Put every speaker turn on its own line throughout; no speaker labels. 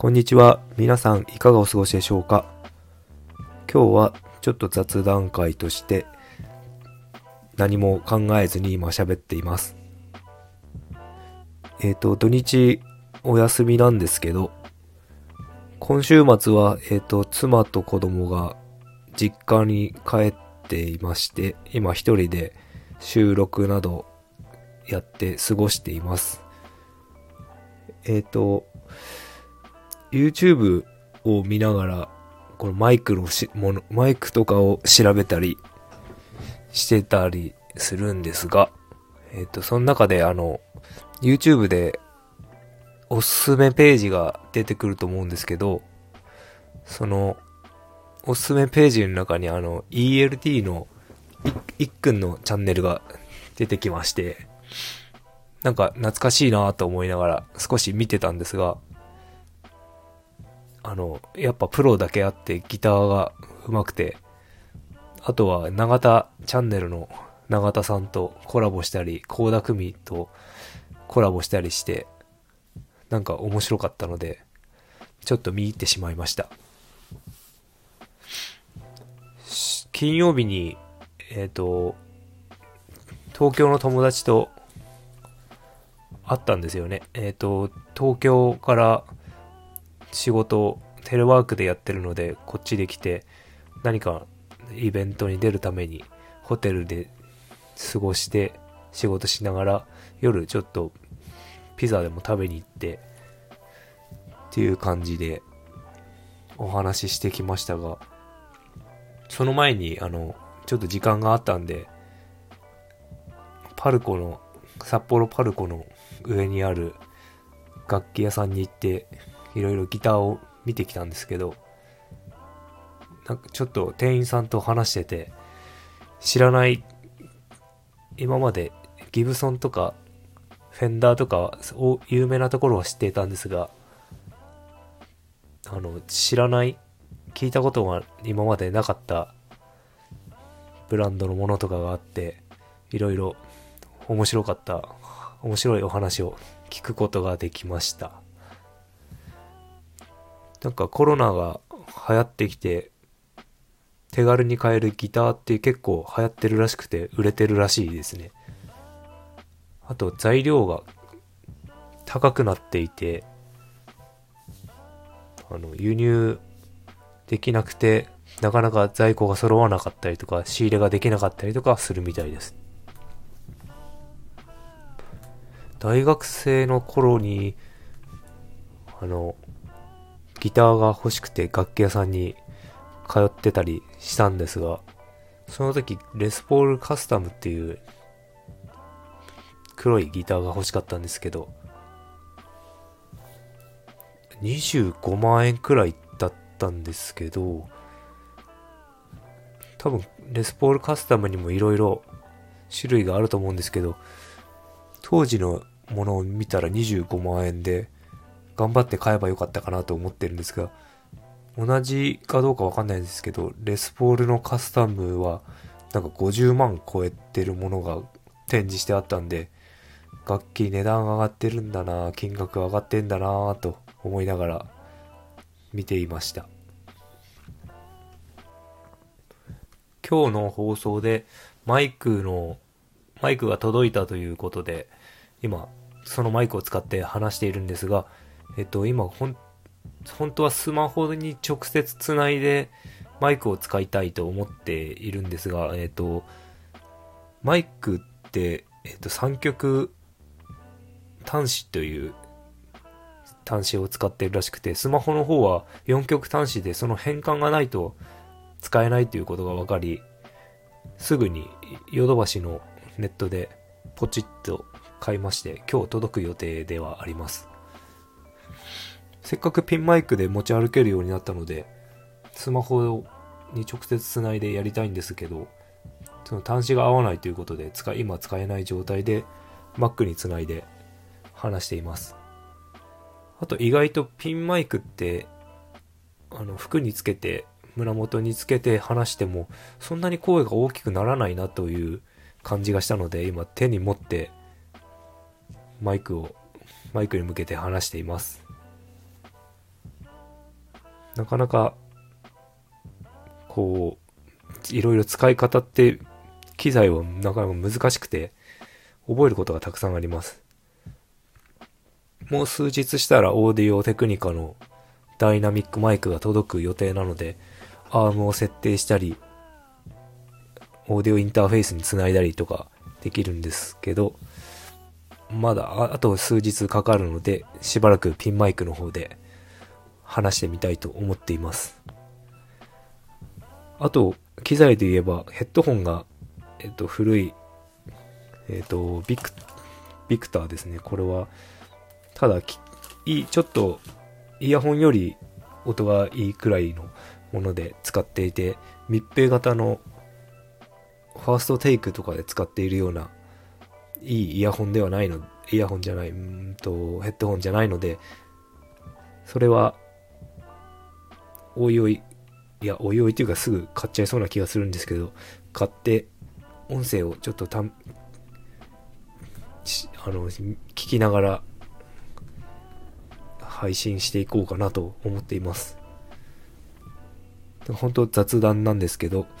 こんにちは。皆さんいかがお過ごしでしょうか。今日はちょっと雑談会として何も考えずに今喋っています。土日お休みなんですけど、今週末は妻と子供が実家に帰っていまして、今一人で収録などやって過ごしています。YouTube を見ながら、このマイクとかを調べたりしてたりするんですが、その中でYouTube でおすすめページが出てくると思うんですけど、その、おすすめページの中にELT のいっくんのチャンネルが出てきまして、なんか懐かしいなと思いながら少し見てたんですが、やっぱプロだけあってギターが上手くて、あとは永田チャンネルの永田さんとコラボしたり、倖田來未とコラボしたりして、なんか面白かったので、ちょっと見入ってしまいました。金曜日に、東京の友達と会ったんですよね。東京から仕事、テレワークでやってるので、こっちで来て、何かイベントに出るために、ホテルで過ごして、仕事しながら、夜ちょっと、ピザでも食べに行って、っていう感じで、お話ししてきましたが、その前に、ちょっと時間があったんで、札幌パルコの上にある楽器屋さんに行って、いろいろギターを見てきたんですけど、なんかちょっと店員さんと話してて、知らない、今までギブソンとかフェンダーとか有名なところは知っていたんですが、知らない、聞いたことが今までなかったブランドのものとかがあって、いろいろ面白いお話を聞くことができました。なんかコロナが流行ってきて、手軽に買えるギターって結構流行ってるらしくて売れてるらしいですね。あと材料が高くなっていて、輸入できなくて、なかなか在庫が揃わなかったりとか、仕入れができなかったりとかするみたいです。大学生の頃に、ギターが欲しくて楽器屋さんに通ってたりしたんですが、その時レスポールカスタムっていう黒いギターが欲しかったんですけど、25万円くらいだったんですけど、多分レスポールカスタムにもいろいろ種類があると思うんですけど、当時のものを見たら25万円で頑張って買えばよかったかなと思ってるんですが、同じかどうかわかんないんですけど、レスポールのカスタムはなんか50万超えてるものが展示してあったんで、楽器値段上がってるんだな、金額上がってんだなと思いながら見ていました。今日の放送でマイクが届いたということで、今そのマイクを使って話しているんですが、今本当はスマホに直接つないでマイクを使いたいと思っているんですが、マイクって、3極端子という端子を使っているらしくて、スマホの方は4極端子でその変換がないと使えないということが分かり、すぐにヨドバシのネットでポチッと買いまして、今日届く予定ではあります。せっかくピンマイクで持ち歩けるようになったので、スマホに直接つないでやりたいんですけど、その端子が合わないということで今使えない状態で Mac につないで話しています。あと意外とピンマイクって服につけて胸元につけて話してもそんなに声が大きくならないなという感じがしたので、今手に持ってマイクに向けて話しています。 なかなかこういろいろ使い方って機材はなかなか難しくて覚えることがたくさんあります。もう数日したらオーディオテクニカのダイナミックマイクが届く予定なので、アームを設定したりオーディオインターフェースにつないだりとかできるんですけど、まだあと数日かかるので、しばらくピンマイクの方で話してみたいと思っています。あと機材で言えばヘッドホンが古いビクターですね。これはただちょっとイヤホンより音がいいくらいのもので使っていて、密閉型のファーストテイクとかで使っているようないいイヤホンではないの、イヤホンじゃない、ヘッドホンじゃないので、それはおいおいというかすぐ買っちゃいそうな気がするんですけど、買って音声をちょっと聞きながら配信していこうかなと思っています。本当雑談なんですけど、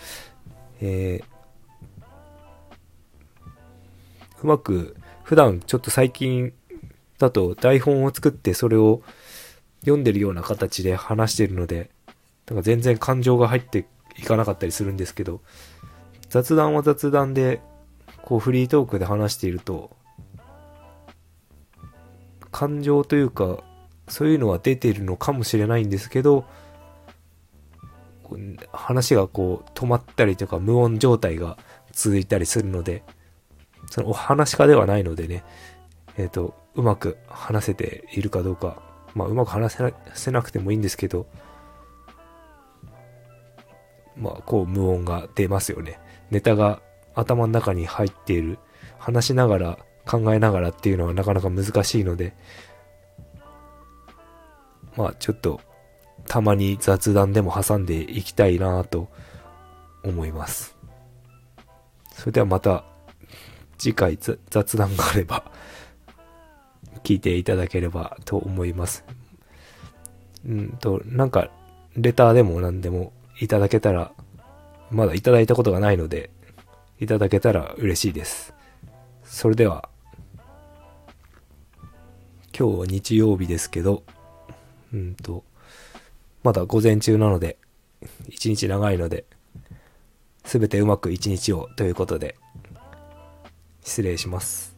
うまく普段ちょっと最近だと台本を作ってそれを読んでるような形で話しているので、なんか全然感情が入っていかなかったりするんですけど、雑談は雑談でこうフリートークで話していると感情というかそういうのは出ているのかもしれないんですけど、話がこう止まったりとか無音状態が続いたりするので、そのお話家ではないのでね、うまく話せているかどうか、うまく話せなくてもいいんですけど、こう無音が出ますよね。ネタが頭の中に入っている、話しながら考えながらっていうのはなかなか難しいので、ちょっとたまに雑談でも挟んでいきたいなと思います。それではまた次回雑談があれば聞いていただければと思います。なんかレターでも何でもいただけたら、まだいただいたことがないのでいただけたら嬉しいです。それでは今日は日曜日ですけど、まだ午前中なので一日長いので全てうまく一日をということで失礼します。